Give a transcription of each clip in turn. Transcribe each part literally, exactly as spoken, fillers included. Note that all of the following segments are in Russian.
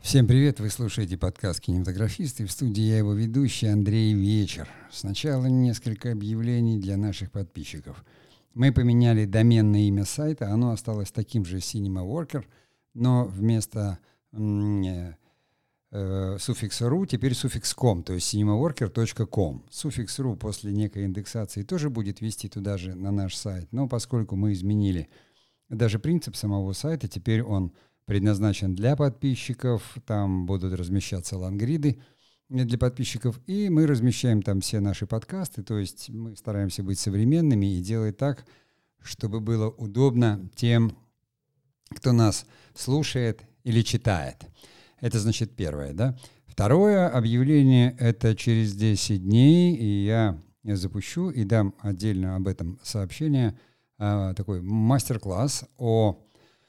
Всем привет! Вы слушаете подкаст «Кинематографисты». В студии я его ведущий Андрей Вечер. Сначала несколько объявлений для наших подписчиков. Мы поменяли доменное имя сайта. Оно осталось таким же Cinema Worker, но вместо э, э, суффикса .ru теперь суффикс .com, то есть cinemaworker точка com. Суффикс .ru после некой индексации тоже будет вести туда же на наш сайт, но поскольку мы изменили даже принцип самого сайта, теперь он предназначен для подписчиков, там будут размещаться лонгриды для подписчиков, и мы размещаем там все наши подкасты, то есть мы стараемся быть современными и делать так, чтобы было удобно тем, кто нас слушает или читает. Это значит первое, да. Второе объявление — это через десять дней, и я запущу и дам отдельно об этом сообщение, такой мастер-класс о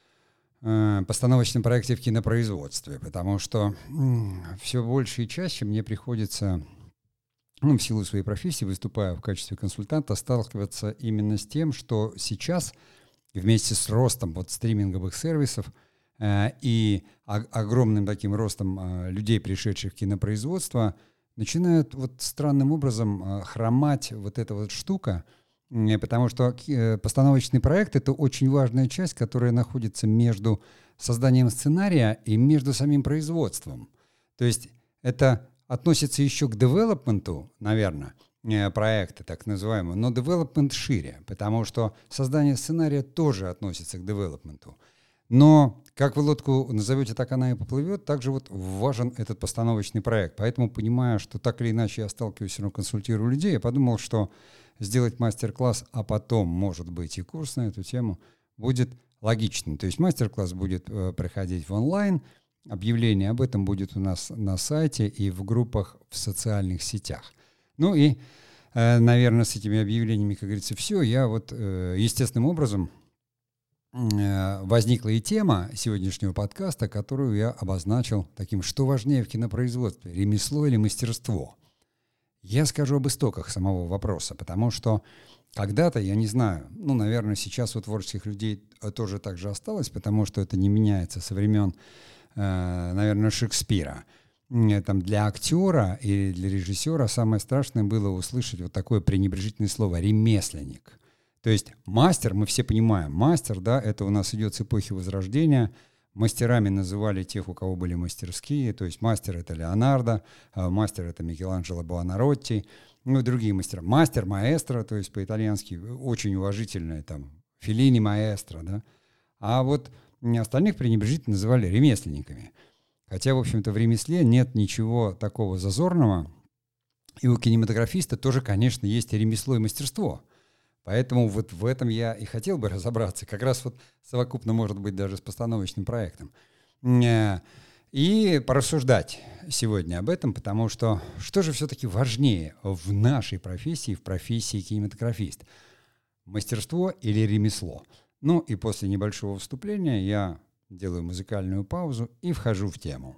постановочном проекте в кинопроизводстве, потому что м, все больше и чаще мне приходится, ну, в силу своей профессии, выступая в качестве консультанта, сталкиваться именно с тем, что сейчас вместе с ростом вот стриминговых сервисов э, и о- огромным таким ростом э, людей, пришедших в кинопроизводство, начинает вот странным образом э, хромать вот эта вот штука. Потому что постановочный проект — это очень важная часть, которая находится между созданием сценария и между самим производством. То есть это относится еще к девелопменту, наверное, проекта так называемого, но девелопмент шире, потому что создание сценария тоже относится к девелопменту. Но как вы лодку назовете, так она и поплывет, также вот важен этот постановочный проект. Поэтому, понимая, что так или иначе я сталкиваюсь, все равно консультирую людей, я подумал, что сделать мастер-класс, а потом, может быть, и курс на эту тему будет логично. То есть мастер-класс будет э, проходить в онлайн, объявление об этом будет у нас на сайте и в группах в социальных сетях. Ну и, э, наверное, с этими объявлениями, как говорится, все. Я вот э, естественным образом э, возникла и тема сегодняшнего подкаста, которую я обозначил таким: что важнее в кинопроизводстве, ремесло или мастерство? Я скажу об истоках самого вопроса, потому что когда-то, я не знаю, ну, наверное, сейчас у творческих людей тоже так же осталось, потому что это не меняется со времен, э, наверное, Шекспира. Там для актера или для режиссера самое страшное было услышать вот такое пренебрежительное слово «ремесленник». То есть мастер, мы все понимаем, мастер, да, это у нас идет с эпохи Возрождения. Мастерами называли тех, у кого были мастерские, то есть мастер — это Леонардо, мастер — это Микеланджело Буонаротти, ну и другие мастера. Мастер, маэстро, то есть по-итальянски очень уважительное, там, Феллини, маэстро, да. А вот остальных пренебрежительно называли ремесленниками. Хотя, в общем-то, в ремесле нет ничего такого зазорного, и у кинематографиста тоже, конечно, есть и ремесло, и мастерство. Поэтому вот в этом я и хотел бы разобраться, как раз вот совокупно, может быть, даже с постановочным проектом. И порассуждать сегодня об этом, потому что что же все-таки важнее в нашей профессии, в профессии кинематографист? Мастерство или ремесло? Ну и после небольшого вступления я делаю музыкальную паузу и вхожу в тему.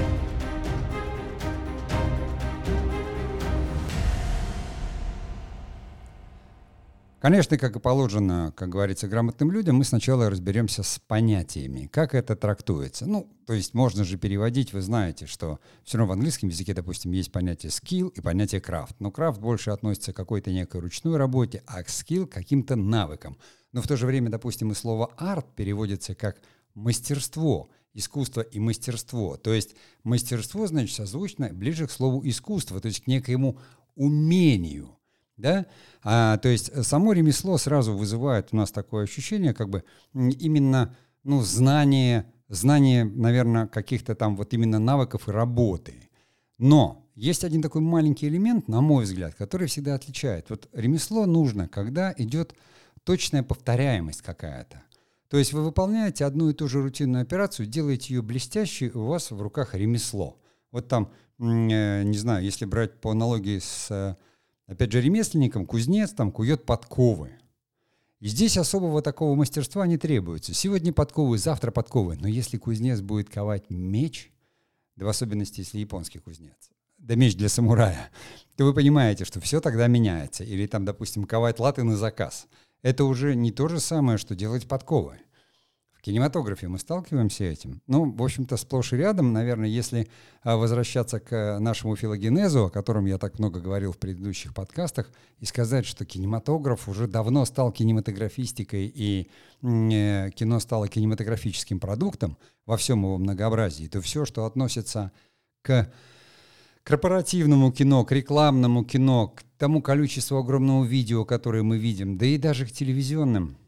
Конечно, как и положено, как говорится, грамотным людям, мы сначала разберемся с понятиями, как это трактуется. Ну, то есть можно же переводить, вы знаете, что все равно в английском языке, допустим, есть понятие skill и понятие craft. Но craft больше относится к какой-то некой ручной работе, а skill — к каким-то навыкам. Но в то же время, допустим, и слово art переводится как мастерство, искусство и мастерство. То есть мастерство, значит, созвучно ближе к слову искусство, то есть к некоему умению. Да? А, то есть само ремесло сразу вызывает у нас такое ощущение, как бы именно, ну, знание, знание, наверное, каких-то там вот именно навыков и работы. Но есть один такой маленький элемент, на мой взгляд, который всегда отличает. Вот ремесло нужно, когда идет точная повторяемость какая-то. То есть вы выполняете одну и ту же рутинную операцию, делаете ее блестящей, у вас в руках ремесло. Вот там, не знаю, если брать по аналогии с... Опять же, ремесленникам кузнец там кует подковы. И здесь особого такого мастерства не требуется. Сегодня подковы, завтра подковы. Но если кузнец будет ковать меч, да в особенности, если японский кузнец, да меч для самурая, то вы понимаете, что все тогда меняется. Или там, допустим, ковать латы на заказ. Это уже не то же самое, что делать подковы. В кинематографе мы сталкиваемся с этим. Ну, в общем-то, сплошь и рядом, наверное, если возвращаться к нашему филогенезу, о котором я так много говорил в предыдущих подкастах, и сказать, что кинематограф уже давно стал кинематографистикой, и э, кино стало кинематографическим продуктом во всем его многообразии, то все, что относится к корпоративному кино, к рекламному кино, к тому количеству огромного видео, которое мы видим, да и даже к телевизионным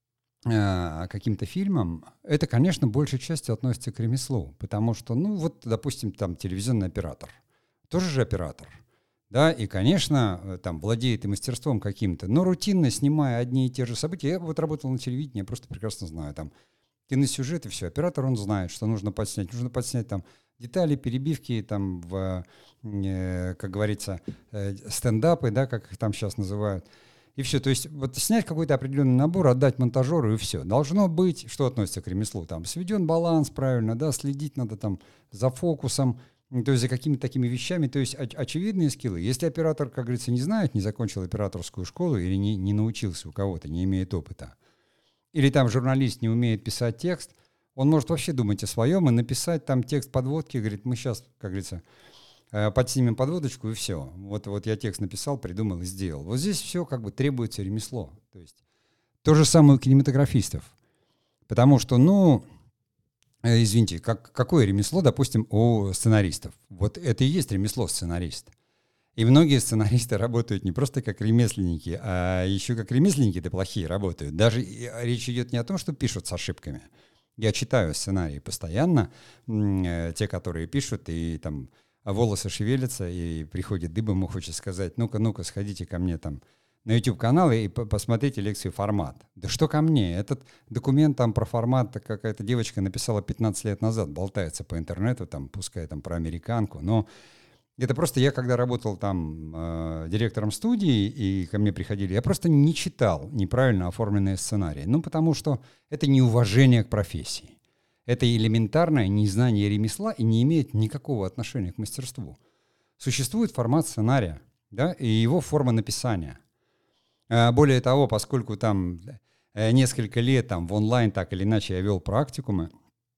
каким-то фильмам, это, конечно, большей частью относится к ремеслу, потому что, ну, вот, допустим, там телевизионный оператор, тоже же оператор, да, и, конечно, там владеет и мастерством каким-то, но рутинно снимая одни и те же события, я вот работал на телевидении, я просто прекрасно знаю, там, киносюжет и все, оператор, он знает, что нужно подснять, нужно подснять там детали, перебивки, там, в, э, как говорится, э, стендапы, да, как их там сейчас называют. И все. То есть вот снять какой-то определенный набор, отдать монтажеру, и все. Должно быть, что относится к ремеслу, там, сведен баланс правильно, да, следить надо там за фокусом, то есть за какими-то такими вещами, то есть оч- очевидные скиллы. Если оператор, как говорится, не знает, не закончил операторскую школу или не, не научился у кого-то, не имеет опыта, или там журналист не умеет писать текст, он может вообще думать о своем и написать там текст подводки, говорит, мы сейчас, как говорится, подснимем подводочку и все. Вот, вот я текст написал, придумал и сделал. Вот здесь все как бы требуется ремесло. То есть то же самое у кинематографистов. Потому что, ну, э, извините, как, какое ремесло, допустим, у сценаристов? Вот это и есть ремесло сценарист. И многие сценаристы работают не просто как ремесленники, а еще как ремесленники-то плохие работают. Даже речь идет не о том, что пишут с ошибками. Я читаю сценарии постоянно, э, те, которые пишут, и там волосы шевелятся, и приходит дыбом, ему хочет сказать, ну-ка, ну-ка, сходите ко мне там на YouTube-канал и посмотрите лекцию «Формат». Да что ко мне? Этот документ там про формат какая-то девочка написала пятнадцать лет назад, болтается по интернету, там, пускай там про американку, но это просто я, когда работал там э, директором студии, и ко мне приходили, я просто не читал неправильно оформленные сценарии, ну, потому что это неуважение к профессии. Это элементарное незнание ремесла и не имеет никакого отношения к мастерству. Существует формат сценария, да, и его форма написания. Более того, поскольку там несколько лет там, в онлайн так или иначе я вел практикумы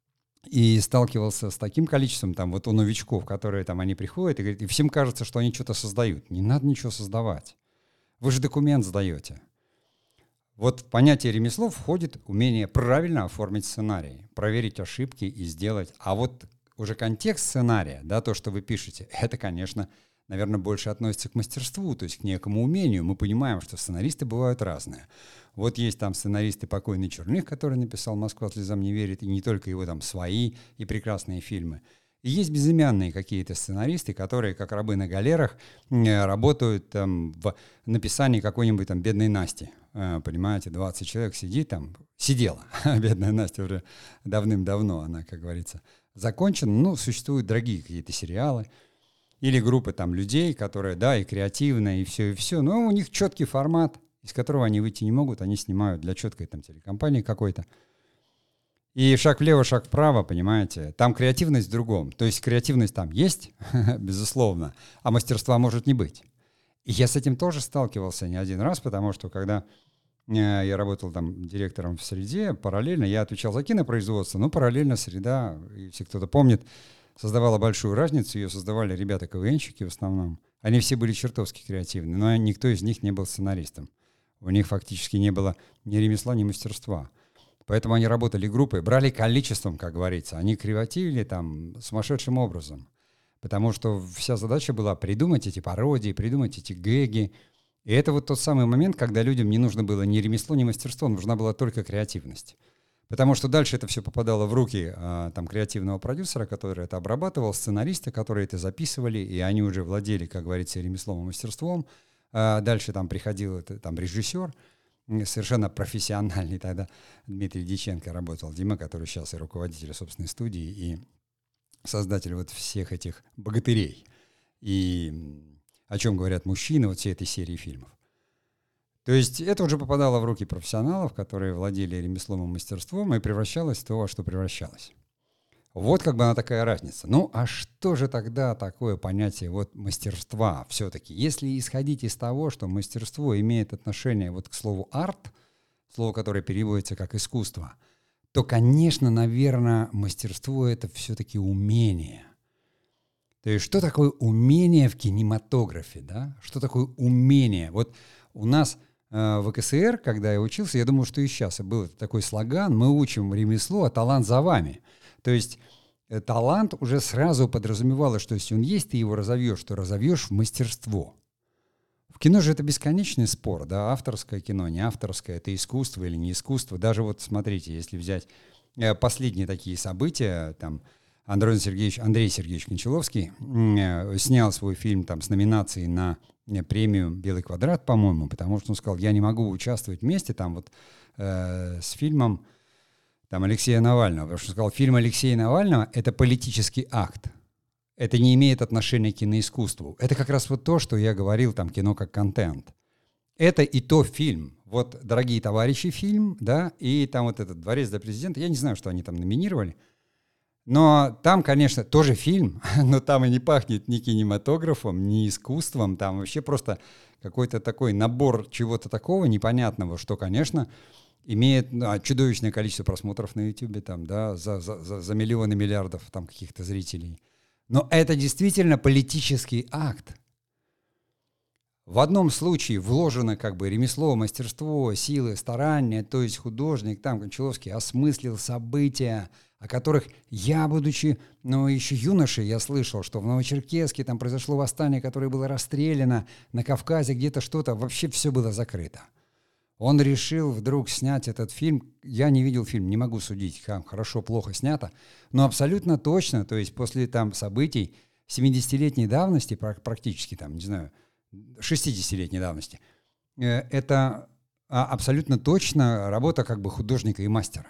и сталкивался с таким количеством там, вот у новичков, которые там они приходят и говорят, и всем кажется, что они что-то создают. Не надо ничего создавать. Вы же документ сдаете. Вот в понятие ремесло входит умение правильно оформить сценарий, проверить ошибки и сделать. А вот уже контекст сценария, да, то, что вы пишете, это, конечно, наверное, больше относится к мастерству, то есть к некому умению. Мы понимаем, что сценаристы бывают разные. Вот есть там сценаристы покойный Черных, который написал «Москва слезам не верит», и не только его там свои и прекрасные фильмы. И есть безымянные какие-то сценаристы, которые, как рабы на галерах, работают там, в написании какой-нибудь там «Бедной Насти». Понимаете, двадцать человек сидит там, сидела, бедная Настя уже давным-давно, она, как говорится, закончена. Ну, существуют дорогие какие-то сериалы или группы там людей, которые, да, и креативные, и все, и все, но у них четкий формат, из которого они выйти не могут, они снимают для четкой там телекомпании какой-то. И шаг влево, шаг вправо, понимаете, там креативность в другом. То есть креативность там есть, безусловно, а мастерства может не быть. И я с этим тоже сталкивался не один раз, потому что когда я работал там директором в среде, параллельно я отвечал за кинопроизводство, но параллельно среда, если кто-то помнит, создавала большую разницу, ее создавали ребята-КВНщики в основном. Они все были чертовски креативны, но никто из них не был сценаристом. У них фактически не было ни ремесла, ни мастерства. Поэтому они работали группой, брали количеством, как говорится. Они креативили там сумасшедшим образом. Потому что вся задача была придумать эти пародии, придумать эти гэги. И это вот тот самый момент, когда людям не нужно было ни ремесло, ни мастерство, нужна была только креативность. Потому что дальше это все попадало в руки а, там, креативного продюсера, который это обрабатывал, сценариста, которые это записывали, и они уже владели, как говорится, ремеслом и мастерством. А дальше там приходил это, там, режиссер, совершенно профессиональный тогда Дмитрий Дьяченко работал, Дима, который сейчас и руководитель собственной студии, и создатель вот всех этих богатырей. И о чем говорят мужчины, вот всей этой серии фильмов. То есть это уже попадало в руки профессионалов, которые владели ремеслом и мастерством, и превращалось в то, во что превращалось. Вот как бы она такая разница. Ну, а что же тогда такое понятие вот мастерства все-таки? Если исходить из того, что мастерство имеет отношение вот к слову «арт», слово, которое переводится как «искусство», то, конечно, наверное, мастерство — это все-таки умение. То есть что такое умение в кинематографе, да? Что такое умение? Вот у нас э, в ВКСР, когда я учился, я думаю, что и сейчас был такой слоган: мы учим ремесло, а талант за вами. То есть э, талант уже сразу подразумевалось, что если он есть, ты его разовьешь, то разовьешь в мастерство. В кино же это бесконечный спор, да, авторское кино, не авторское, это искусство или не искусство. Даже вот смотрите, если взять э, последние такие события, там, Андрей Сергеевич, Андрей Сергеевич Кончаловский э, снял свой фильм там, с номинацией на э, премию «Белый квадрат», по-моему, потому что он сказал: я не могу участвовать вместе там, вот, э, с фильмом там, Алексея Навального, потому что он сказал: фильм Алексея Навального — это политический акт. Это не имеет отношения к киноискусству. Это как раз вот то, что я говорил, там, кино как контент. Это и то фильм. Вот «Дорогие товарищи» фильм, да, и там вот этот «Дворец до президента». Я не знаю, что они там номинировали. Но там, конечно, тоже фильм, но там и не пахнет ни кинематографом, ни искусством. Там вообще просто какой-то такой набор чего-то такого непонятного, что, конечно, имеет ну, чудовищное количество просмотров на Ютубе, там, да, за, за, за, за миллионы миллиардов там, каких-то зрителей. Но это действительно политический акт. В одном случае вложено как бы ремесло, мастерство, силы, старания, то есть художник, там Кончаловский осмыслил события, о которых я, будучи, ну, еще юношей, я слышал, что в Новочеркесске там произошло восстание, которое было расстреляно, на Кавказе где-то что-то, вообще все было закрыто. Он решил вдруг снять этот фильм. Я не видел фильм, не могу судить, как хорошо, плохо снято, но абсолютно точно, то есть после там событий семидесятилетней давности, практически там, не знаю, шестидесятилетней давности, это абсолютно точно работа как бы художника и мастера.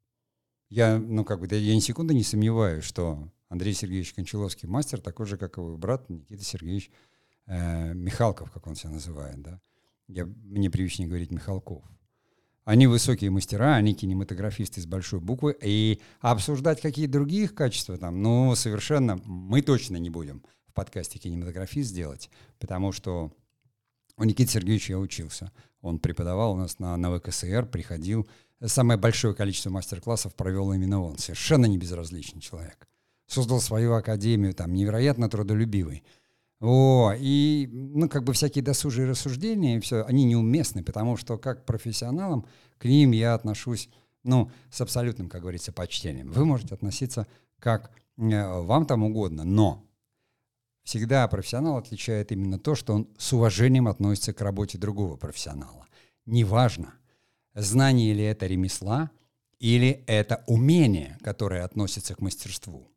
Я, ну, как бы, я ни секунды не сомневаюсь, что Андрей Сергеевич Кончаловский мастер такой же, как его брат Никита Сергеевич э, Михалков, как он себя называет, да. Я, мне привычнее говорить Михалков. Они высокие мастера, они кинематографисты с большой буквы, и обсуждать какие-то другие качества там, ну, совершенно мы точно не будем в подкасте «Кинематографист» делать, потому что у Никиты Сергеевича я учился. Он преподавал у нас на, на ВКСР, приходил. Самое большое количество мастер-классов провел именно он. Совершенно не безразличный человек. Создал свою академию, там, невероятно трудолюбивый. О, и, ну, как бы всякие досужие рассуждения, и все, они неуместны, потому что как профессионалам к ним я отношусь, ну, с абсолютным, как говорится, почтением. Вы можете относиться как э, вам там угодно, но всегда профессионал отличает именно то, что он с уважением относится к работе другого профессионала. Неважно, знание ли это ремесла или это умение, которое относится к мастерству.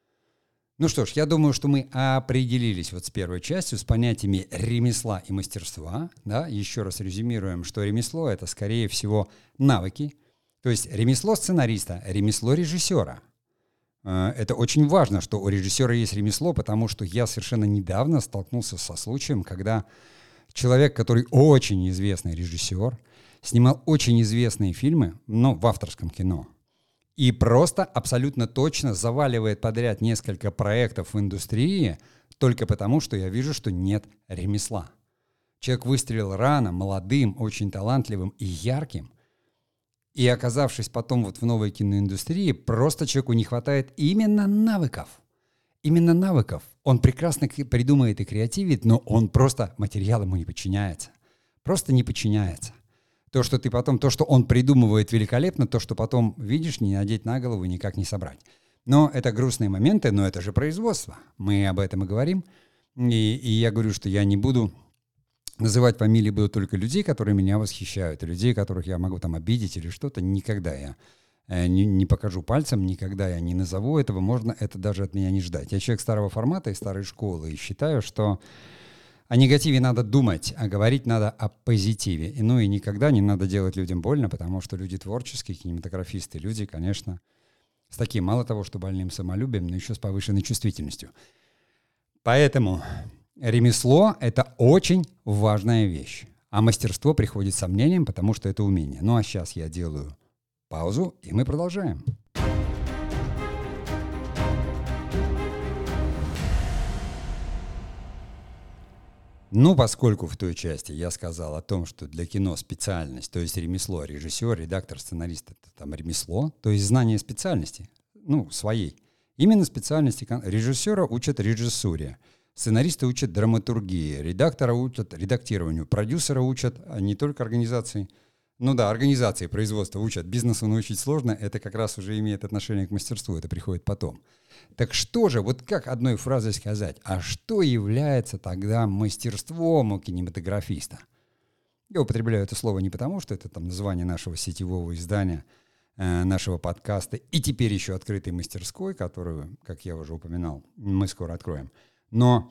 Ну что ж, я думаю, что мы определились вот с первой частью, с понятиями ремесла и мастерства. Да? Еще раз резюмируем, что ремесло — это, скорее всего, навыки. То есть ремесло сценариста, ремесло режиссера. Это очень важно, что у режиссера есть ремесло, потому что я совершенно недавно столкнулся со случаем, когда человек, который очень известный режиссер, снимал очень известные фильмы, но в авторском кино, и просто абсолютно точно заваливает подряд несколько проектов в индустрии только потому, что я вижу, что нет ремесла. Человек выстрелил рано, молодым, очень талантливым и ярким. И оказавшись потом вот в новой киноиндустрии, просто человеку не хватает именно навыков. Именно навыков. Он прекрасно придумает и креативит, но он просто, материал ему не подчиняется. Просто не подчиняется. То, что ты потом, то, что он придумывает великолепно, то, что потом видишь, не надеть на голову и никак не собрать. Но это грустные моменты, но это же производство. Мы об этом и говорим. И, и я говорю, что я не буду называть фамилии, буду только людей, которые меня восхищают, и людей, которых я могу там обидеть или что-то. Никогда я э, не, не покажу пальцем, никогда я не назову этого. Можно это даже от меня не ждать. Я человек старого формата и старой школы, и считаю, что о негативе надо думать, а говорить надо о позитиве. И, ну и никогда не надо делать людям больно, потому что люди творческие, кинематографисты, люди, конечно, с таким, мало того, что больным самолюбием, но еще с повышенной чувствительностью. Поэтому ремесло — это очень важная вещь. А мастерство приходит с сомнением, потому что это умение. Ну а сейчас я делаю паузу, и мы продолжаем. Ну, поскольку в той части я сказал о том, что для кино специальность, то есть ремесло, режиссер, редактор, сценарист — это там ремесло, то есть знание специальности, ну, своей. Именно специальности кон- режиссера учат режиссуре, сценариста учат драматургии, редактора учат редактированию, продюсера учат а не только организации. Ну да, организации производства учат. Бизнесу научить сложно, это как раз уже имеет отношение к мастерству, это приходит потом. Так что же, вот как одной фразой сказать, а что является тогда мастерством у кинематографиста? Я употребляю это слово не потому, что это там название нашего сетевого издания, э, нашего подкаста, и теперь еще открытой мастерской, которую, как я уже упоминал, мы скоро откроем. Но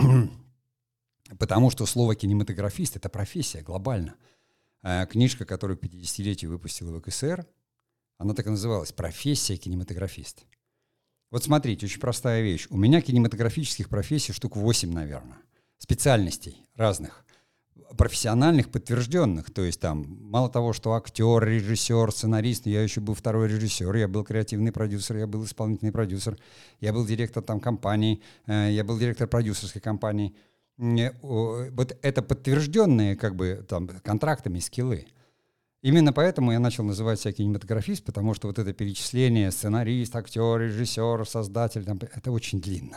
потому что слово кинематографист — это профессия глобально. Э, книжка, которую к пятидесятилетию выпустила ВКСР, она так и называлась «Профессия кинематографист». Вот смотрите, очень простая вещь. У меня кинематографических профессий штук восемь, наверное. Специальностей разных. Профессиональных, подтвержденных. То есть там мало того, что актер, режиссер, сценарист, я еще был второй режиссер, я был креативный продюсер, я был исполнительный продюсер, я был директор там компании, э, я был директор продюсерской компании. Э, о, вот это подтвержденные как бы там контрактами скиллы. Именно поэтому я начал называть себя кинематографист, потому что вот это перечисление сценарист, актер, режиссер, создатель, там, это очень длинно.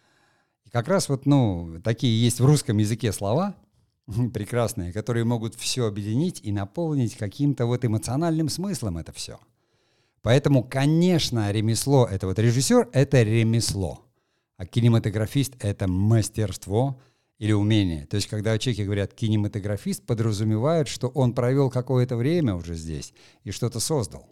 И как раз вот, ну, такие есть в русском языке слова прекрасные, которые могут все объединить и наполнить каким-то вот эмоциональным смыслом это все. Поэтому, конечно, ремесло, это вот режиссер — это ремесло, а кинематографист — это мастерство или умение. То есть, когда о человеке говорят «кинематографист», подразумевают, что он провел какое-то время уже здесь и что-то создал.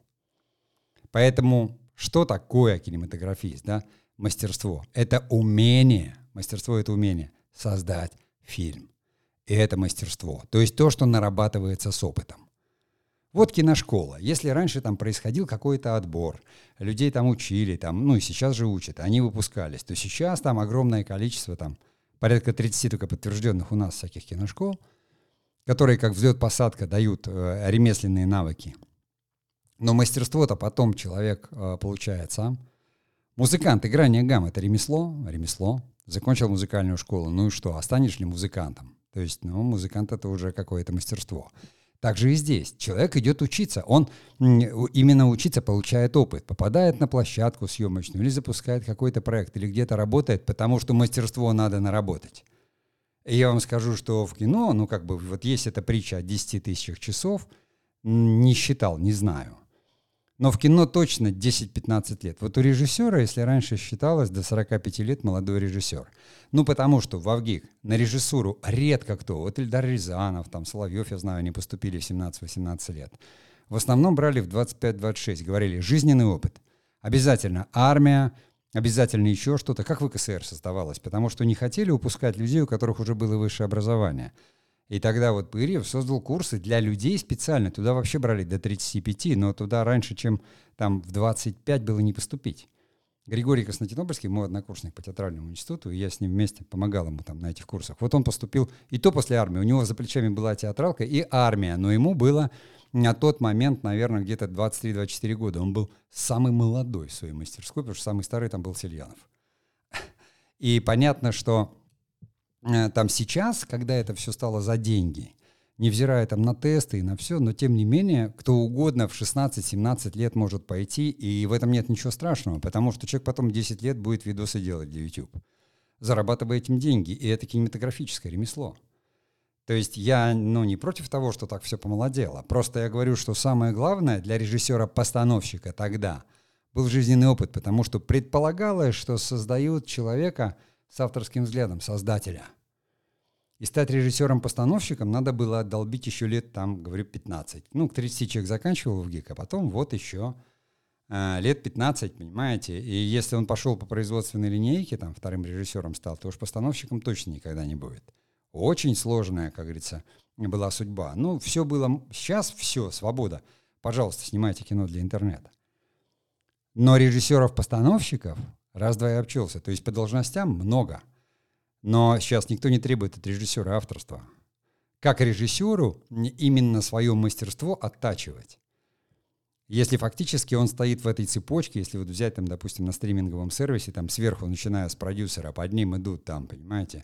Поэтому что такое кинематографист? Да? Мастерство — это умение, мастерство — это умение создать фильм. И это мастерство. То есть то, что нарабатывается с опытом. Вот киношкола. Если раньше там происходил какой-то отбор, людей там учили, там, ну и сейчас же учат, они выпускались, то сейчас там огромное количество, там, порядка тридцати только подтвержденных у нас всяких киношкол, которые как взлет-посадка дают э, ремесленные навыки. Но мастерство-то потом человек э, получает сам. Музыкант, играние гамм — это ремесло, ремесло. Закончил музыкальную школу, ну и что, останешь ли музыкантом? То есть, ну, музыкант — это уже какое-то мастерство. Так же и здесь. Человек идет учиться. Он именно учиться получает опыт. Попадает на площадку съемочную или запускает какой-то проект, или где-то работает, потому что мастерство надо наработать. И я вам скажу, что в кино, ну, как бы, вот есть эта притча о десяти тысячах часов, не считал, не знаю. Но в кино точно десять-пятнадцать лет. Вот у режиссера, если раньше считалось до сорока пяти лет молодой режиссер. Ну, потому что в АВГИК на режиссуру редко кто. Вот Эльдар Рязанов, там, Соловьев, я знаю, они поступили в семнадцать-восемнадцать лет. В основном брали в двадцать пять-двадцать шесть. Говорили, жизненный опыт. Обязательно армия, обязательно еще что-то. Как в ВКСР создавалось. Потому что не хотели упускать людей, у которых уже было высшее образование. И тогда вот Пырьев создал курсы для людей специально. Туда вообще брали до тридцати пяти, но туда раньше, чем там в двадцать пять было не поступить. Григорий Константинопольский, мой однокурсник по театральному институту, и я с ним вместе помогал ему там на этих курсах. Вот он поступил, и то после армии. У него за плечами была театралка и армия, но ему было на тот момент, наверное, где-то двадцать три-двадцать четыре года. Он был самый молодой в своей мастерской, потому что самый старый там был Сельянов. И понятно, что там сейчас, когда это все стало за деньги, невзирая там на тесты и на все, но тем не менее, кто угодно в шестнадцать-семнадцать лет может пойти, и в этом нет ничего страшного, потому что человек потом десять лет будет видосы делать для YouTube, зарабатывая этим деньги, и это кинематографическое ремесло. То есть я, ну, не против того, что так все помолодело, просто я говорю, что самое главное для режиссера-постановщика тогда был жизненный опыт, потому что предполагалось, что создают человека с авторским взглядом, создателя. И стать режиссером-постановщиком надо было отдолбить еще лет, там, говорю, пятнадцать. Ну, к тридцати человек заканчивал в ГИК, а потом вот еще э, лет пятнадцать, понимаете. И если он пошел по производственной линейке, там, вторым режиссером стал, то уж постановщиком точно никогда не будет. Очень сложная, как говорится, была судьба. Ну, все было... Сейчас все, свобода. Пожалуйста, снимайте кино для интернета. Но режиссеров-постановщиков раз-два и обчелся. То есть по должностям много. Но сейчас никто не требует от режиссера авторства. Как режиссеру именно свое мастерство оттачивать? Если фактически он стоит в этой цепочке, если вот взять, там, допустим, на стриминговом сервисе, там сверху, начиная с продюсера, под ним идут там, понимаете,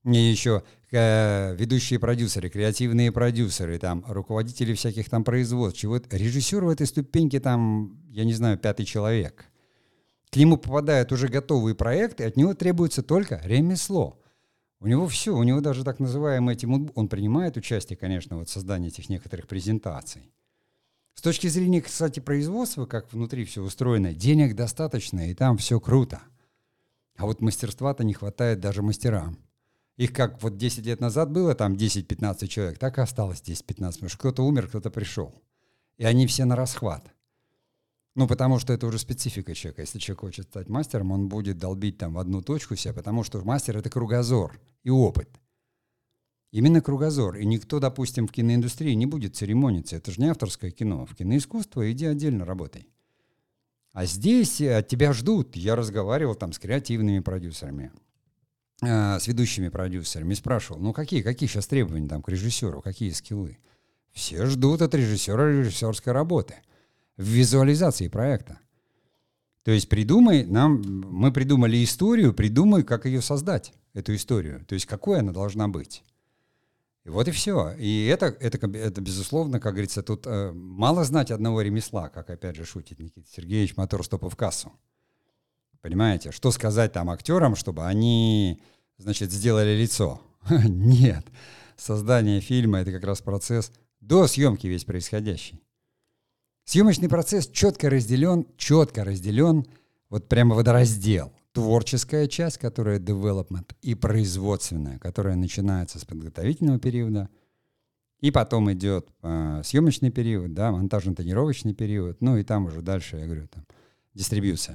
И еще э, ведущие продюсеры, креативные продюсеры, там, руководители всяких там производств, чего-то. Режиссер в этой ступеньке там, я не знаю, пятый человек. К нему попадают уже готовые проекты, от него требуется только ремесло. У него все, у него даже так называемый этим, он принимает участие, конечно, вот в создании этих некоторых презентаций. С точки зрения, кстати, производства, как внутри все устроено, денег достаточно, и там все круто. А вот мастерства-то не хватает даже мастерам. Их как вот десять лет назад было, там десять-пятнадцать человек, так и осталось десять-пятнадцать, потому что кто-то умер, кто-то пришел. И они все на расхват. Ну, потому что это уже специфика человека. Если человек хочет стать мастером, он будет долбить там в одну точку себя, потому что мастер — это кругозор и опыт. Именно кругозор. И никто, допустим, в киноиндустрии не будет церемониться. Это же не авторское кино. В киноискусство иди отдельно работай. А здесь от тебя ждут. Я разговаривал там с креативными продюсерами, э, с ведущими продюсерами, спрашивал, ну какие, какие сейчас требования там к режиссеру, какие скиллы? Все ждут от режиссера режиссерской работы в визуализации проекта. То есть придумай, нам, мы придумали историю, придумай, как ее создать, эту историю. То есть какой она должна быть. И вот и все. И это, это, это безусловно, как говорится, тут э, мало знать одного ремесла, как опять же шутит Никита Сергеевич, мотор стопа в кассу. Понимаете? Что сказать там актерам, чтобы они, значит, сделали лицо? Нет. Создание фильма — это как раз процесс до съемки весь происходящий. Съемочный процесс четко разделен, четко разделен, вот прямо водораздел. Творческая часть, которая development, и производственная, которая начинается с подготовительного периода, и потом идет э, съемочный период, да, монтажно-тренировочный период, ну и там уже дальше, я говорю, там, дистрибьюция.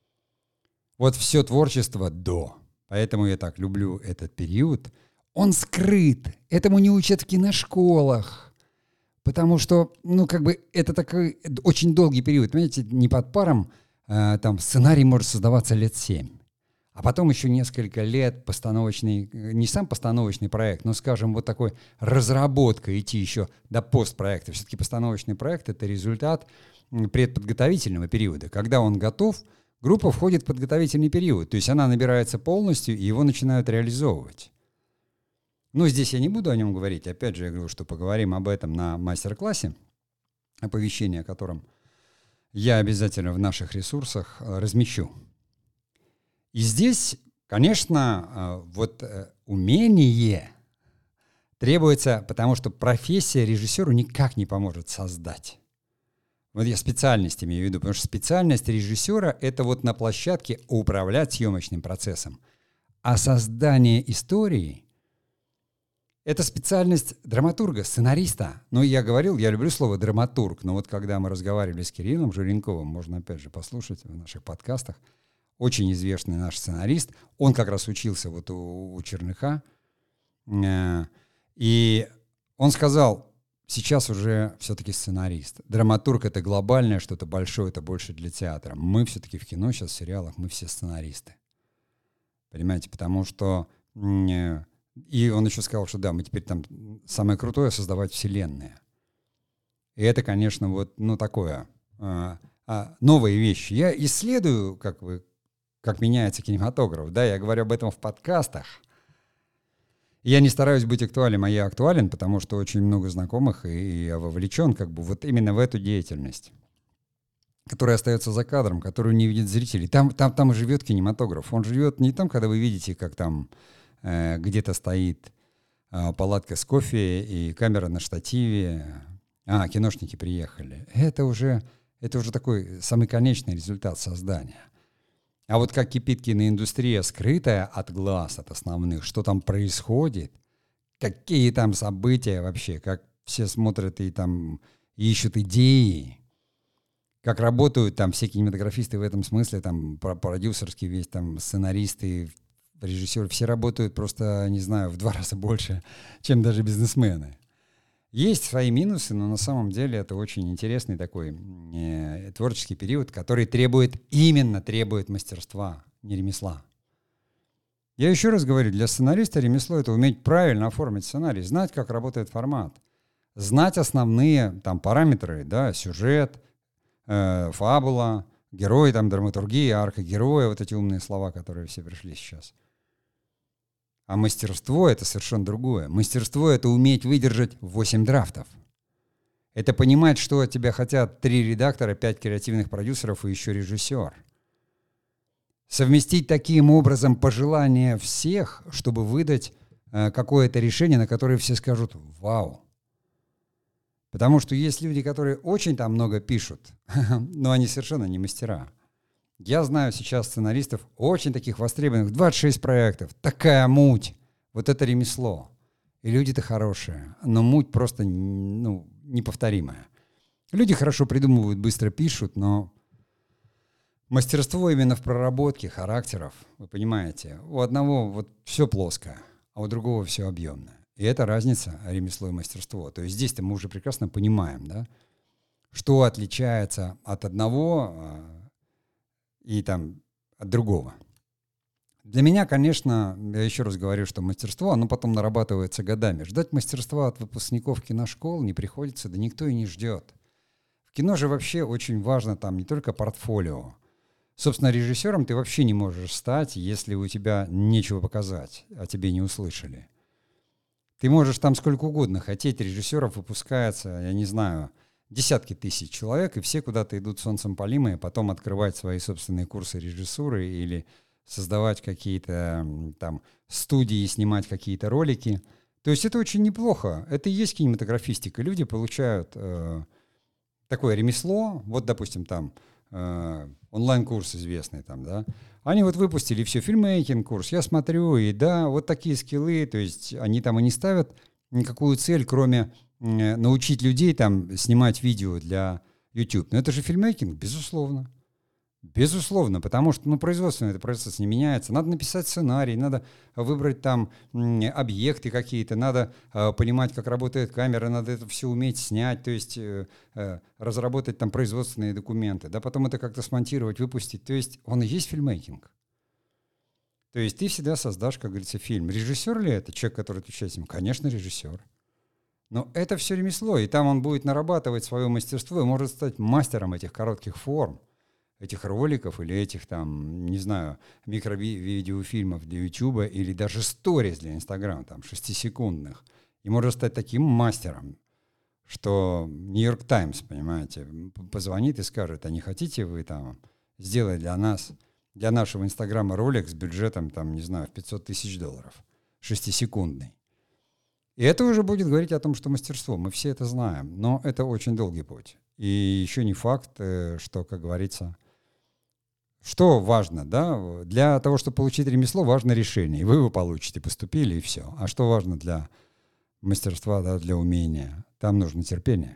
Вот все творчество до. Поэтому я так люблю этот период. Он скрыт, этому не учат в киношколах, потому что, ну, как бы, это такой очень долгий период, понимаете, не под паром. Там сценарий может создаваться лет семь. А потом еще несколько лет постановочный, не сам постановочный проект, но, скажем, вот такой разработка идти еще до постпроекта. Все-таки постановочный проект — это результат предподготовительного периода. Когда он готов, группа входит в подготовительный период. То есть она набирается полностью, и его начинают реализовывать. Ну, здесь я не буду о нем говорить. Опять же, я говорю, что поговорим об этом на мастер-классе, оповещение о котором я обязательно в наших ресурсах размещу. И здесь, конечно, вот умение требуется, потому что профессия режиссеру никак не поможет создать. Вот я специальность имею в виду, потому что специальность режиссера — это вот на площадке управлять съемочным процессом. А создание истории — это специальность драматурга, сценариста. Ну, я говорил, я люблю слово «драматург», но вот когда мы разговаривали с Кириллом Желенковым, можно опять же послушать в наших подкастах, очень известный наш сценарист, он как раз учился вот у, у Черныха, и он сказал, сейчас уже все-таки сценарист. Драматург — это глобальное, что-то большое, это больше для театра. Мы все-таки в кино сейчас, в сериалах, мы все сценаристы. Понимаете, потому что... И он еще сказал, что да, мы теперь там самое крутое — создавать вселенные. И это, конечно, вот, ну, такое, а, а, новые вещи. Я исследую, как вы, как меняется кинематограф, да, я говорю об этом в подкастах. Я не стараюсь быть актуален, а я актуален, потому что очень много знакомых, и я вовлечен как бы вот именно в эту деятельность, которая остается за кадром, которую не видят зрители. Там, там, там живет кинематограф. Он живет не там, когда вы видите, как там э, где-то стоит э, палатка с кофе и камера на штативе. А, киношники приехали. Это уже, это уже такой самый конечный результат создания. А вот как кипит киноиндустрия, скрытая от глаз, от основных, что там происходит, какие там события вообще, как все смотрят и там ищут идеи, как работают там все кинематографисты в этом смысле, там продюсерские весь, там сценаристы, режиссеры, все работают просто, не знаю, в два раза больше, чем даже бизнесмены. Есть свои минусы, но на самом деле это очень интересный такой э, творческий период, который требует, именно требует мастерства, не ремесла. Я еще раз говорю, для сценариста ремесло — это уметь правильно оформить сценарий, знать, как работает формат, знать основные там параметры, да, сюжет, э, фабула, герой, там, драматургия, арка героя, вот эти умные слова, которые все пришли сейчас. А мастерство — это совершенно другое. Мастерство — это уметь выдержать восемь драфтов. Это понимать, что от тебя хотят три редактора, пять креативных продюсеров и еще режиссер. Совместить таким образом пожелания всех, чтобы выдать э, какое-то решение, на которое все скажут «Вау!». Потому что есть люди, которые очень там много пишут, но они совершенно не мастера. Я знаю сейчас сценаристов, очень таких востребованных, двадцать шесть проектов, такая муть. Вот это ремесло. И люди-то хорошие, но муть просто ну, неповторимая. Люди хорошо придумывают, быстро пишут, но мастерство именно в проработке характеров, вы понимаете, у одного вот все плоское, а у другого все объемное. И это разница ремесло и мастерство. То есть здесь-то мы уже прекрасно понимаем, да, что отличается от одного и там от другого. Для меня, конечно, я еще раз говорю, что мастерство, оно потом нарабатывается годами. Ждать мастерства от выпускников киношкол не приходится, да никто и не ждет. В кино же вообще очень важно там не только портфолио. Собственно, режиссером ты вообще не можешь стать, если у тебя нечего показать, а тебе не услышали. Ты можешь там сколько угодно хотеть, режиссеров выпускается, я не знаю, десятки тысяч человек, и все куда-то идут солнцем полимые, потом открывать свои собственные курсы режиссуры или создавать какие-то там студии, снимать какие-то ролики. То есть это очень неплохо. Это и есть кинематографистика. Люди получают э, такое ремесло, вот, допустим, там э, онлайн-курс известный, там, да, они вот выпустили все, фильммейкинг-курс, я смотрю, и да, вот такие скиллы, то есть они там и не ставят никакую цель, кроме э, научить людей там снимать видео для YouTube. Но это же фильммейкинг, безусловно. Безусловно, потому что ну, производственный этот процесс не меняется. Надо написать сценарий, надо выбрать там м, объекты какие-то, надо э, понимать, как работает камера, надо это все уметь снять, то есть э, э, разработать там производственные документы, да, потом это как-то смонтировать, выпустить. То есть он и есть фильммейкинг. То есть ты всегда создашь, как говорится, фильм. Режиссер ли это человек, который отвечает им? Конечно, режиссер. Но это все ремесло, и там он будет нарабатывать свое мастерство и может стать мастером этих коротких форм, этих роликов или этих там, не знаю, микро-видеофильмов для Ютуба или даже сториз для Инстаграма, там, шестисекундных. И может стать таким мастером, что Нью-Йорк Таймс, понимаете, позвонит и скажет, а не хотите вы там сделать для нас, для нашего Инстаграма ролик с бюджетом, там, не знаю, в пятьсот тысяч долларов, шестисекундный. И это уже будет говорить о том, что мастерство. Мы все это знаем, но это очень долгий путь. И еще не факт, что, как говорится, что важно, да? Для того, чтобы получить ремесло, важно решение. И вы его получите, поступили, и все. А что важно для мастерства, да, для умения? Там нужно терпение.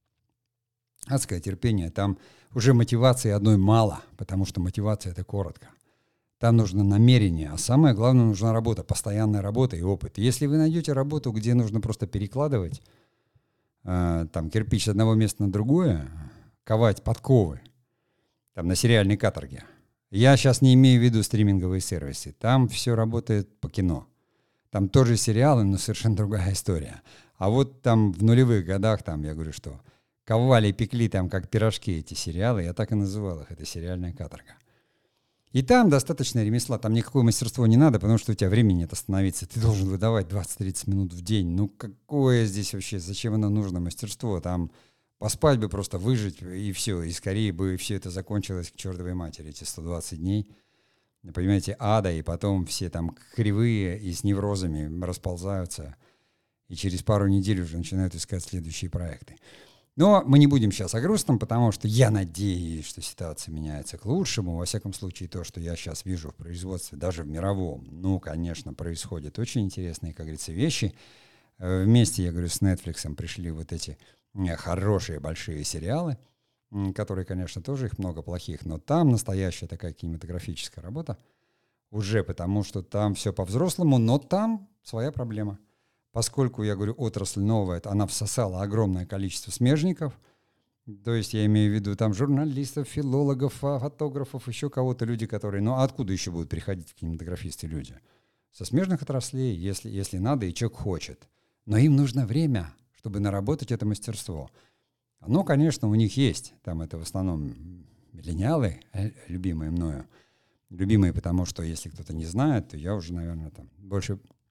Адское терпение. Там уже мотивации одной мало, потому что мотивация — это коротко. Там нужно намерение, а самое главное, нужна работа, постоянная работа и опыт. Если вы найдете работу, где нужно просто перекладывать э, там, кирпич с одного места на другое, ковать подковы, там, на сериальной каторге. Я сейчас не имею в виду стриминговые сервисы. Там все работает по кино. Там тоже сериалы, но совершенно другая история. А вот там в нулевых годах, там, я говорю, что ковали и пекли там как пирожки эти сериалы, я так и называл их, это сериальная каторга. И там достаточно ремесла, там никакое мастерство не надо, потому что у тебя времени нет остановиться. Ты должен выдавать двадцать-тридцать минут в день. Ну какое здесь вообще, зачем оно нужно, мастерство? Там поспать бы, просто выжить, и все, и скорее бы все это закончилось к чертовой матери, эти сто двадцать дней, понимаете, ада, и потом все там кривые и с неврозами расползаются, и через пару недель уже начинают искать следующие проекты. Но мы не будем сейчас о грустном, потому что я надеюсь, что ситуация меняется к лучшему. Во всяком случае, то, что я сейчас вижу в производстве, даже в мировом, ну, конечно, происходят очень интересные, как говорится, вещи. Вместе, я говорю, с Netflix пришли вот эти хорошие большие сериалы, которые, конечно, тоже их много плохих, но там настоящая такая кинематографическая работа уже, потому что там все по-взрослому, но там своя проблема. Поскольку, я говорю, отрасль новая, она всосала огромное количество смежников, то есть я имею в виду там журналистов, филологов, фотографов, еще кого-то, люди, которые... Ну, а откуда еще будут приходить кинематографисты люди? Со смежных отраслей, если, если надо, и человек хочет. Но им нужно время, чтобы наработать это мастерство. Оно, конечно, у них есть. Там это в основном миллениалы, любимые мною. Любимые, потому что если кто-то не знает, то я уже, наверное, там больше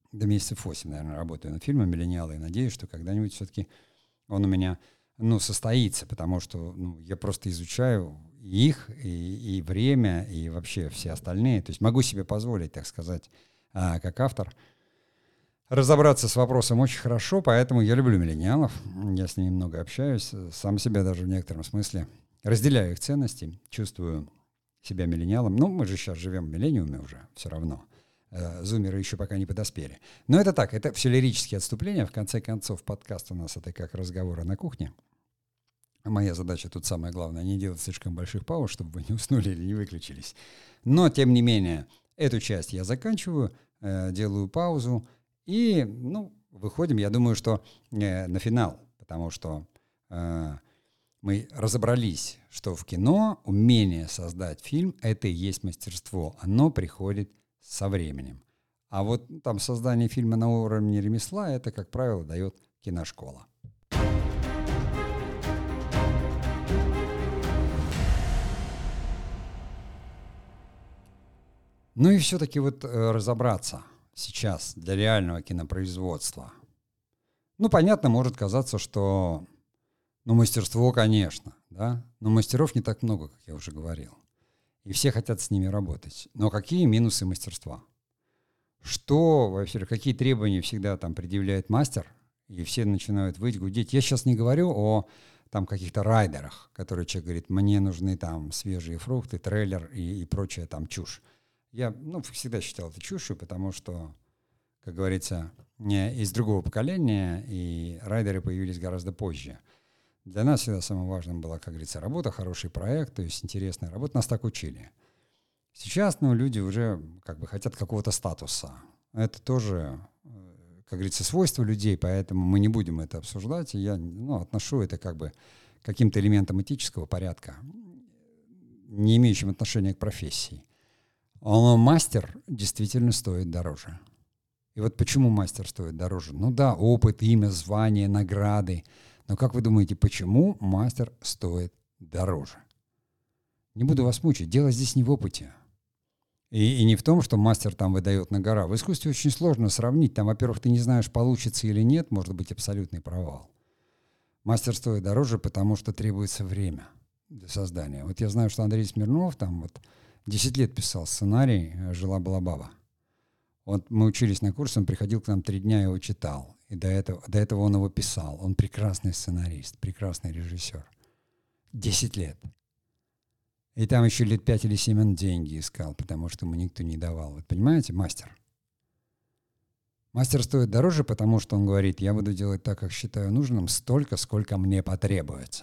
до месяцев восемь, наверное, работаю над фильмом «Миллениалы», и надеюсь, что когда-нибудь все-таки он у меня, ну, состоится, потому что, ну, я просто изучаю их, и, и время, и вообще все остальные. То есть могу себе позволить, так сказать, а, как автор, разобраться с вопросом очень хорошо, поэтому я люблю миллениалов, я с ними много общаюсь, сам себя даже в некотором смысле разделяю их ценности, чувствую себя миллениалом. Ну, мы же сейчас живем в миллениуме уже, все равно. Зумеры еще пока не подоспели. Но это так, это все лирические отступления. В конце концов, подкаст у нас это как разговоры на кухне. Моя задача тут самое главное, не делать слишком больших пауз, чтобы вы не уснули или не выключились. Но, тем не менее, эту часть я заканчиваю, э, делаю паузу и, ну, выходим, я думаю, что э, на финал, потому что э, мы разобрались, что в кино умение создать фильм — это и есть мастерство. Оно приходит со временем. А вот там создание фильма на уровне ремесла — это, как правило, дает киношкола. Ну и все-таки вот э, разобраться сейчас для реального кинопроизводства. Ну, понятно, может казаться, что, ну, мастерство, конечно, да, но мастеров не так много, как я уже говорил. И все хотят с ними работать. Но какие минусы мастерства? Что вообще, какие требования всегда там предъявляет мастер? И все начинают выть, гудеть. Я сейчас не говорю о там каких-то райдерах, которые человек говорит, мне нужны там свежие фрукты, трейлер и, и прочая там чушь. Я, ну, всегда считал это чушью, потому что, как говорится, не из другого поколения, и райдеры появились гораздо позже. Для нас всегда самым важным была, как говорится, работа, хороший проект, то есть интересная работа. Нас так учили. Сейчас, ну, люди уже как бы хотят какого-то статуса. Это тоже, как говорится, свойство людей, поэтому мы не будем это обсуждать. И я, ну, отношу это как бы к каким-то элементам этического порядка, не имеющим отношения к профессии. Но мастер действительно стоит дороже. И вот почему мастер стоит дороже? Ну да, опыт, имя, звание, награды. Но как вы думаете, почему мастер стоит дороже? Не буду вас мучить. Дело здесь не в опыте. И, и не в том, что мастер там выдает на гора. В искусстве очень сложно сравнить. Там, во-первых, ты не знаешь, получится или нет, может быть абсолютный провал. Мастер стоит дороже, потому что требуется время для создания. Вот я знаю, что Андрей Смирнов там вот десять лет писал сценарий «Жила-была баба». Вот мы учились на курсе, он приходил к нам три дня, его читал. И до этого, до этого он его писал. Он прекрасный сценарист, прекрасный режиссер. Десять лет. И там еще лет пять или семь он деньги искал, потому что ему никто не давал. Вот понимаете, мастер? Мастер стоит дороже, потому что он говорит, я буду делать так, как считаю нужным, столько, сколько мне потребуется.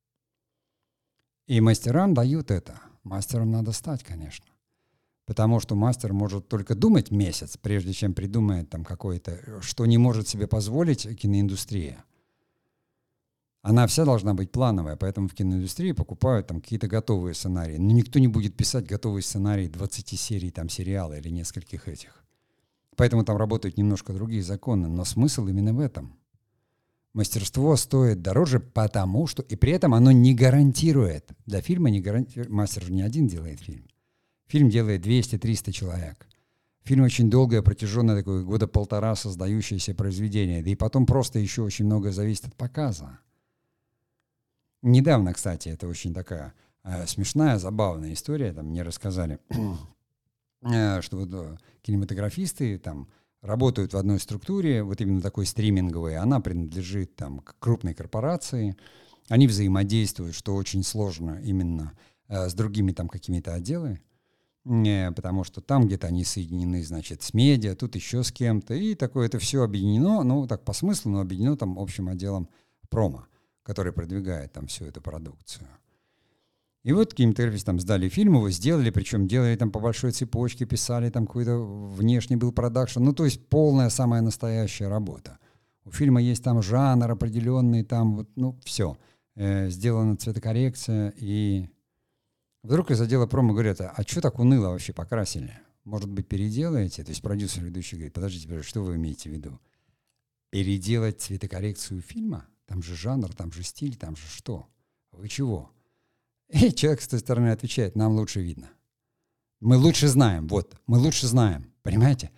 И мастерам дают это. Мастером надо стать, конечно. Потому что мастер может только думать месяц, прежде чем придумает там какое-то, что не может себе позволить киноиндустрия. Она вся должна быть плановая, поэтому в киноиндустрии покупают там какие-то готовые сценарии. Но никто не будет писать готовый сценарий двадцати серий там сериала или нескольких этих. Поэтому там работают немножко другие законы, но смысл именно в этом. Мастерство стоит дороже, потому что... И при этом оно не гарантирует. Для фильма не гарантирует... Мастер же не один делает фильм. Фильм делает двести-триста человек. Фильм очень долгое, протяженное, такое года полтора создающееся произведение. Да и потом просто еще очень много зависит от показа. Недавно, кстати, это очень такая э, смешная, забавная история. Там мне рассказали, э, что вот, э, кинематографисты там работают в одной структуре, вот именно такой стриминговой, она принадлежит там к крупной корпорации, они взаимодействуют, что очень сложно именно э, с другими там какими-то отделами, э, потому что там где-то они соединены, значит, с медиа, тут еще с кем-то, и такое это все объединено, ну так по смыслу, но объединено там общим отделом промо, который продвигает там всю эту продукцию. И вот кинематографисты там сдали фильм, его сделали, причем делали там по большой цепочке, писали там какой-то внешний был продакшн, ну то есть полная самая настоящая работа. У фильма есть там жанр определенный, там вот, ну все, э, сделана цветокоррекция, и вдруг из отдела промо говорят, а, а что так уныло вообще покрасили? Может быть, переделаете? То есть продюсер ведущий говорит, подождите, что вы имеете в виду? Переделать цветокоррекцию фильма? Там же жанр, там же стиль, там же что? Вы чего? И человек с той стороны отвечает, нам лучше видно. Мы лучше знаем, вот, мы лучше знаем, понимаете?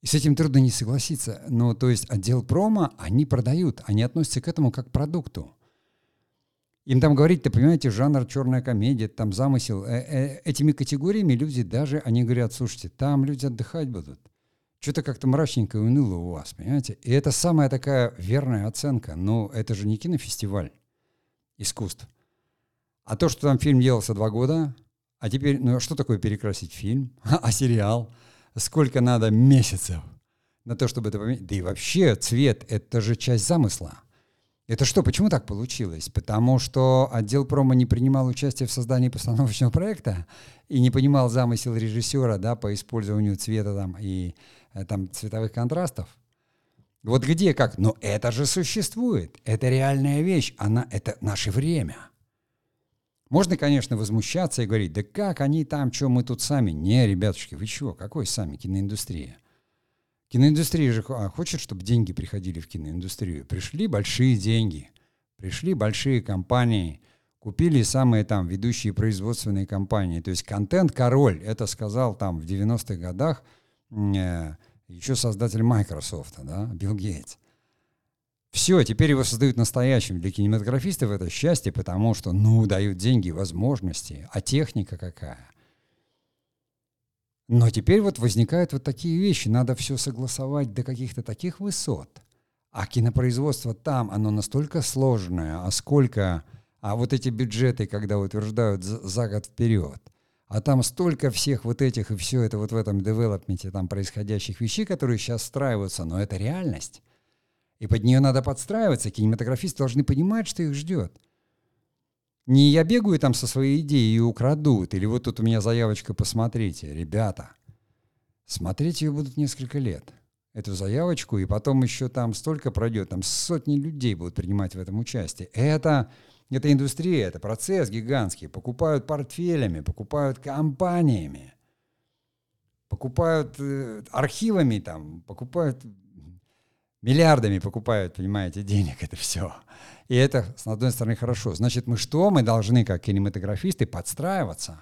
И с этим трудно не согласиться. Ну, то есть отдел промо, они продают, они относятся к этому как к продукту. Им там говорить, ты понимаете, жанр черная комедия, там замысел. Э -э этими категориями люди даже, они говорят, слушайте, там люди отдыхать будут. Что-то как-то мрачненько и уныло у вас, понимаете? И это самая такая верная оценка. Но это же не кинофестиваль искусств. А то, что там фильм делался два года, а теперь, ну что такое перекрасить фильм? А сериал? Сколько надо месяцев на то, чтобы это поменять? Да и вообще цвет — это же часть замысла. Это что, почему так получилось? Потому что отдел промо не принимал участие в создании постановочного проекта и не понимал замысел режиссера, да, по использованию цвета там, и там, цветовых контрастов. Вот где как? Но это же существует. Это реальная вещь. Она, это наше время. Можно, конечно, возмущаться и говорить, да как они там, что мы тут сами? Не, ребятушки, вы чего? Какой сами? Киноиндустрия. Киноиндустрия же хочет, чтобы деньги приходили в киноиндустрию. Пришли большие деньги, пришли большие компании, купили самые там ведущие производственные компании. То есть контент-король, это сказал там в девяностых годах э, еще создатель Microsoft, да, Билл Гейтс. Все, теперь его создают настоящим. Для кинематографистов это счастье, потому что, ну, дают деньги, возможности, а техника какая. Но теперь вот возникают вот такие вещи. Надо все согласовать до каких-то таких высот. А кинопроизводство там, оно настолько сложное, а сколько... А вот эти бюджеты, когда утверждают за, за год вперед, а там столько всех вот этих и все это вот в этом девелопменте там происходящих вещей, которые сейчас встраиваются, но это реальность. И под нее надо подстраиваться. Кинематографисты должны понимать, что их ждет. Не я бегаю там со своей идеей и украдут, или вот тут у меня заявочка, посмотрите. Ребята, смотреть ее будут несколько лет, эту заявочку, и потом еще там столько пройдет, там сотни людей будут принимать в этом участие. Это, это индустрия, это процесс гигантский. Покупают портфелями, покупают компаниями, покупают э, архивами, там, покупают... Миллиардами покупают, понимаете, денег это все. И это, с одной стороны, хорошо. Значит, мы что? Мы должны, как кинематографисты, подстраиваться.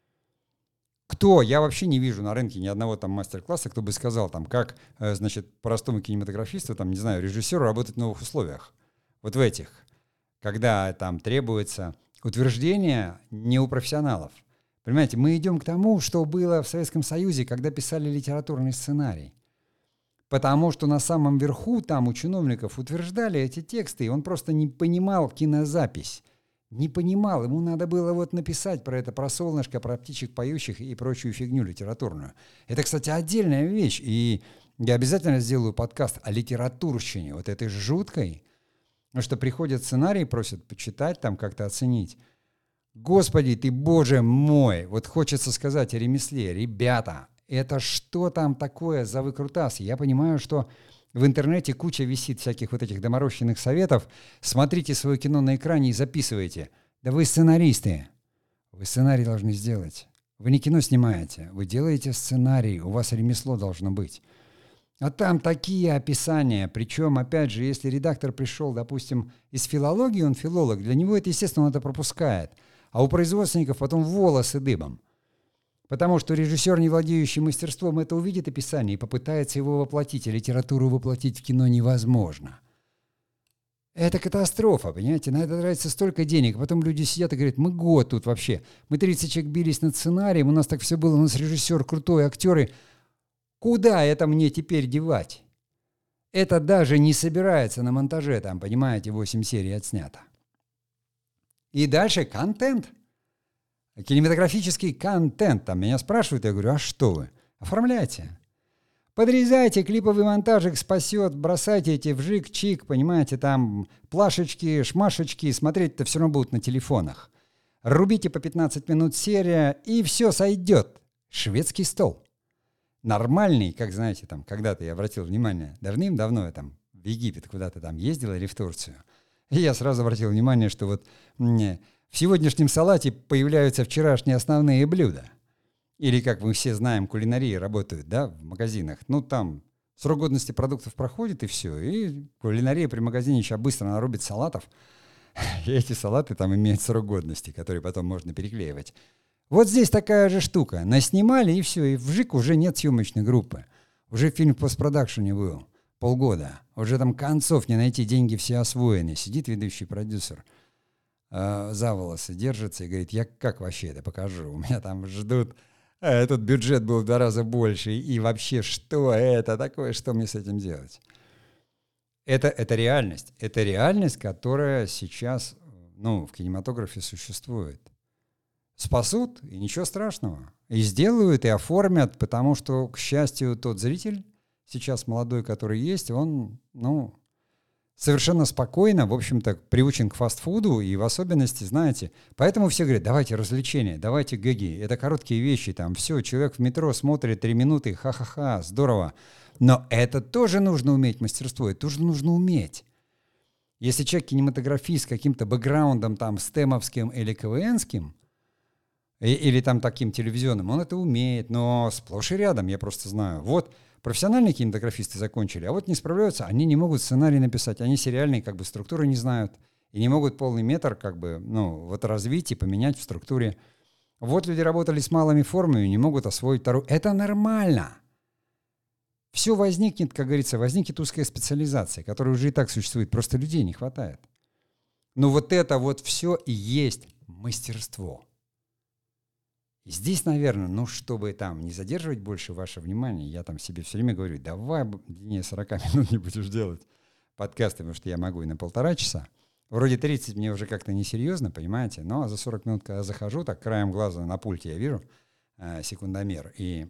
Кто? Я вообще не вижу на рынке ни одного там мастер-класса, кто бы сказал, там, как, значит, простому кинематографисту, там, не знаю, режиссеру работать в новых условиях. Вот в этих. Когда там требуется утверждение не у профессионалов. Понимаете, мы идем к тому, что было в Советском Союзе, когда писали литературный сценарий. Потому что на самом верху там у чиновников утверждали эти тексты, и он просто не понимал кинозапись. Не понимал, ему надо было вот написать про это, про солнышко, про птичек поющих и прочую фигню литературную. Это, кстати, отдельная вещь, и я обязательно сделаю подкаст о литературщине, вот этой жуткой, потому что приходят сценарии, просят почитать, там как-то оценить. Господи ты, Боже мой, вот хочется сказать о ремесле, ребята, это что там такое за выкрутасы? Я понимаю, что в интернете куча висит всяких вот этих доморощенных советов. Смотрите свое кино на экране и записывайте. Да вы сценаристы. Вы сценарий должны сделать. Вы не кино снимаете, вы делаете сценарий. У вас ремесло должно быть. А там такие описания. Причем, опять же, если редактор пришел, допустим, из филологии, он филолог, для него это, естественно, он это пропускает. А у производственников потом волосы дыбом. Потому что режиссер, не владеющий мастерством, это увидит описание и попытается его воплотить, а литературу воплотить в кино невозможно. Это катастрофа, понимаете? На это тратится столько денег. Потом люди сидят и говорят, мы год тут вообще. Мы тридцать человек бились над сценарием, у нас так все было, у нас режиссер крутой, актеры. Куда это мне теперь девать? Это даже не собирается на монтаже, там, понимаете, восемь серий отснято. И дальше контент. Кинематографический контент. Там меня спрашивают, я говорю, а что вы? Оформляйте. Подрезайте, клиповый монтажик спасет, бросайте эти вжик-чик, понимаете, там плашечки, шмашечки, смотреть-то все равно будут на телефонах. Рубите по пятнадцать минут серия, и все сойдет. Шведский стол. Нормальный, как знаете, там когда-то я обратил внимание, давным-давно я там в Египет куда-то там ездил или в Турцию, и я сразу обратил внимание, что вот... Не, в сегодняшнем салате появляются вчерашние основные блюда. Или, как мы все знаем, кулинарии работают, да, в магазинах. Ну, там срок годности продуктов проходит, и все. И кулинария при магазине сейчас быстро нарубит салатов. И эти салаты там имеют срок годности, который потом можно переклеивать. Вот здесь такая же штука. Наснимали, и все, и вжик уже нет съемочной группы. Уже фильм в постпродакшене был. Полгода. Уже там концов не найти, деньги все освоены. Сидит ведущий продюсер, э, за волосы держится и говорит, я как вообще это покажу? У меня там ждут, а этот бюджет был в два раза больше. И вообще, что это такое, что мне с этим делать? Это, это реальность. Это реальность, которая сейчас, ну, в кинематографе существует. Спасут, и ничего страшного. И сделают, и оформят, потому что, к счастью, тот зритель, сейчас молодой, который есть, он, ну, совершенно спокойно, в общем-то, приучен к фастфуду, и в особенности, знаете, поэтому все говорят, давайте развлечения, давайте гэги, это короткие вещи, там, все, человек в метро смотрит три минуты, ха-ха-ха, здорово. Но это тоже нужно уметь, мастерство, это тоже нужно уметь. Если человек кинематографист с каким-то бэкграундом, там, стемовским или КВНским, и, или там таким телевизионным, он это умеет, но сплошь и рядом, я просто знаю, вот, профессиональные кинематографисты закончили, а вот не справляются, они не могут сценарий написать, они сериальные как бы структуры не знают и не могут полный метр как бы, ну, вот развить и поменять в структуре. Вот люди работали с малыми формами, не могут освоить вторую. Это нормально. Все возникнет, как говорится, возникнет узкая специализация, которая уже и так существует, просто людей не хватает. Но вот это вот все и есть мастерство. И здесь, наверное, ну, чтобы там не задерживать больше ваше внимание, я там себе все время говорю, давай длиннее сорок минут не будешь делать подкасты, потому что я могу и на полтора часа. Вроде тридцать мне уже как-то несерьезно, понимаете, но за сорок минут, когда захожу, так краем глаза на пульте я вижу э, секундомер. И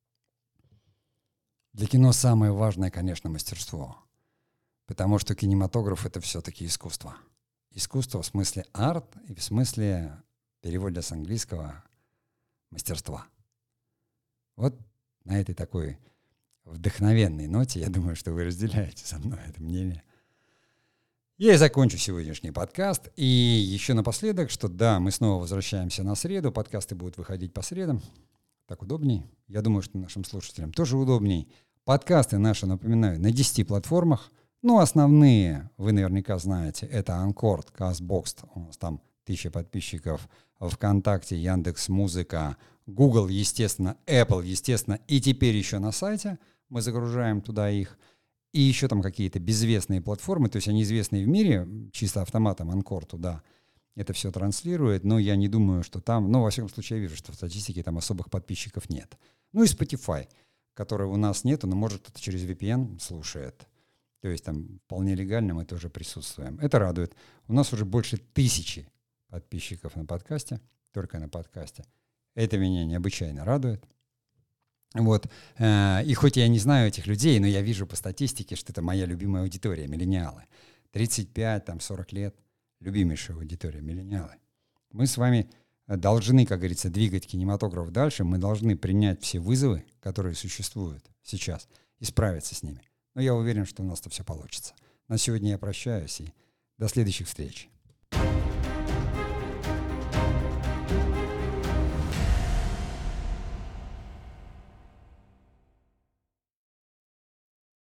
для кино самое важное, конечно, мастерство. Потому что кинематограф — это все-таки искусство. Искусство в смысле арт и в смысле перевода с английского мастерства. Вот на этой такой вдохновенной ноте, я думаю, что вы разделяете со мной это мнение. Я и закончу сегодняшний подкаст. И еще напоследок, что да, мы снова возвращаемся на среду. Подкасты будут выходить по средам. Так удобней. Я думаю, что нашим слушателям тоже удобней. Подкасты наши, напоминаю, на десяти платформах. Ну, основные, вы наверняка знаете, это Анкор, Castbox. У нас там тысяча подписчиков. ВКонтакте, Яндекс.Музыка, Google, естественно, Apple, естественно, и теперь еще на сайте мы загружаем туда их. И еще там какие-то безвестные платформы, то есть они известные в мире, чисто автоматом Анкор туда это все транслирует, но я не думаю, что там, ну, во всяком случае, я вижу, что в статистике там особых подписчиков нет. Ну и Spotify, который у нас нету, но может кто-то через ви пи эн слушает. То есть там вполне легально мы тоже присутствуем. Это радует. У нас уже больше тысячи подписчиков на подкасте, только на подкасте. Это меня необычайно радует. Вот. И хоть я не знаю этих людей, но я вижу по статистике, что это моя любимая аудитория, миллениалы. тридцать пять, там, сорок лет, любимейшая аудитория, миллениалы. Мы с вами должны, как говорится, двигать кинематограф дальше, мы должны принять все вызовы, которые существуют сейчас, и справиться с ними. Но я уверен, что у нас-то все получится. На сегодня я прощаюсь, и до следующих встреч.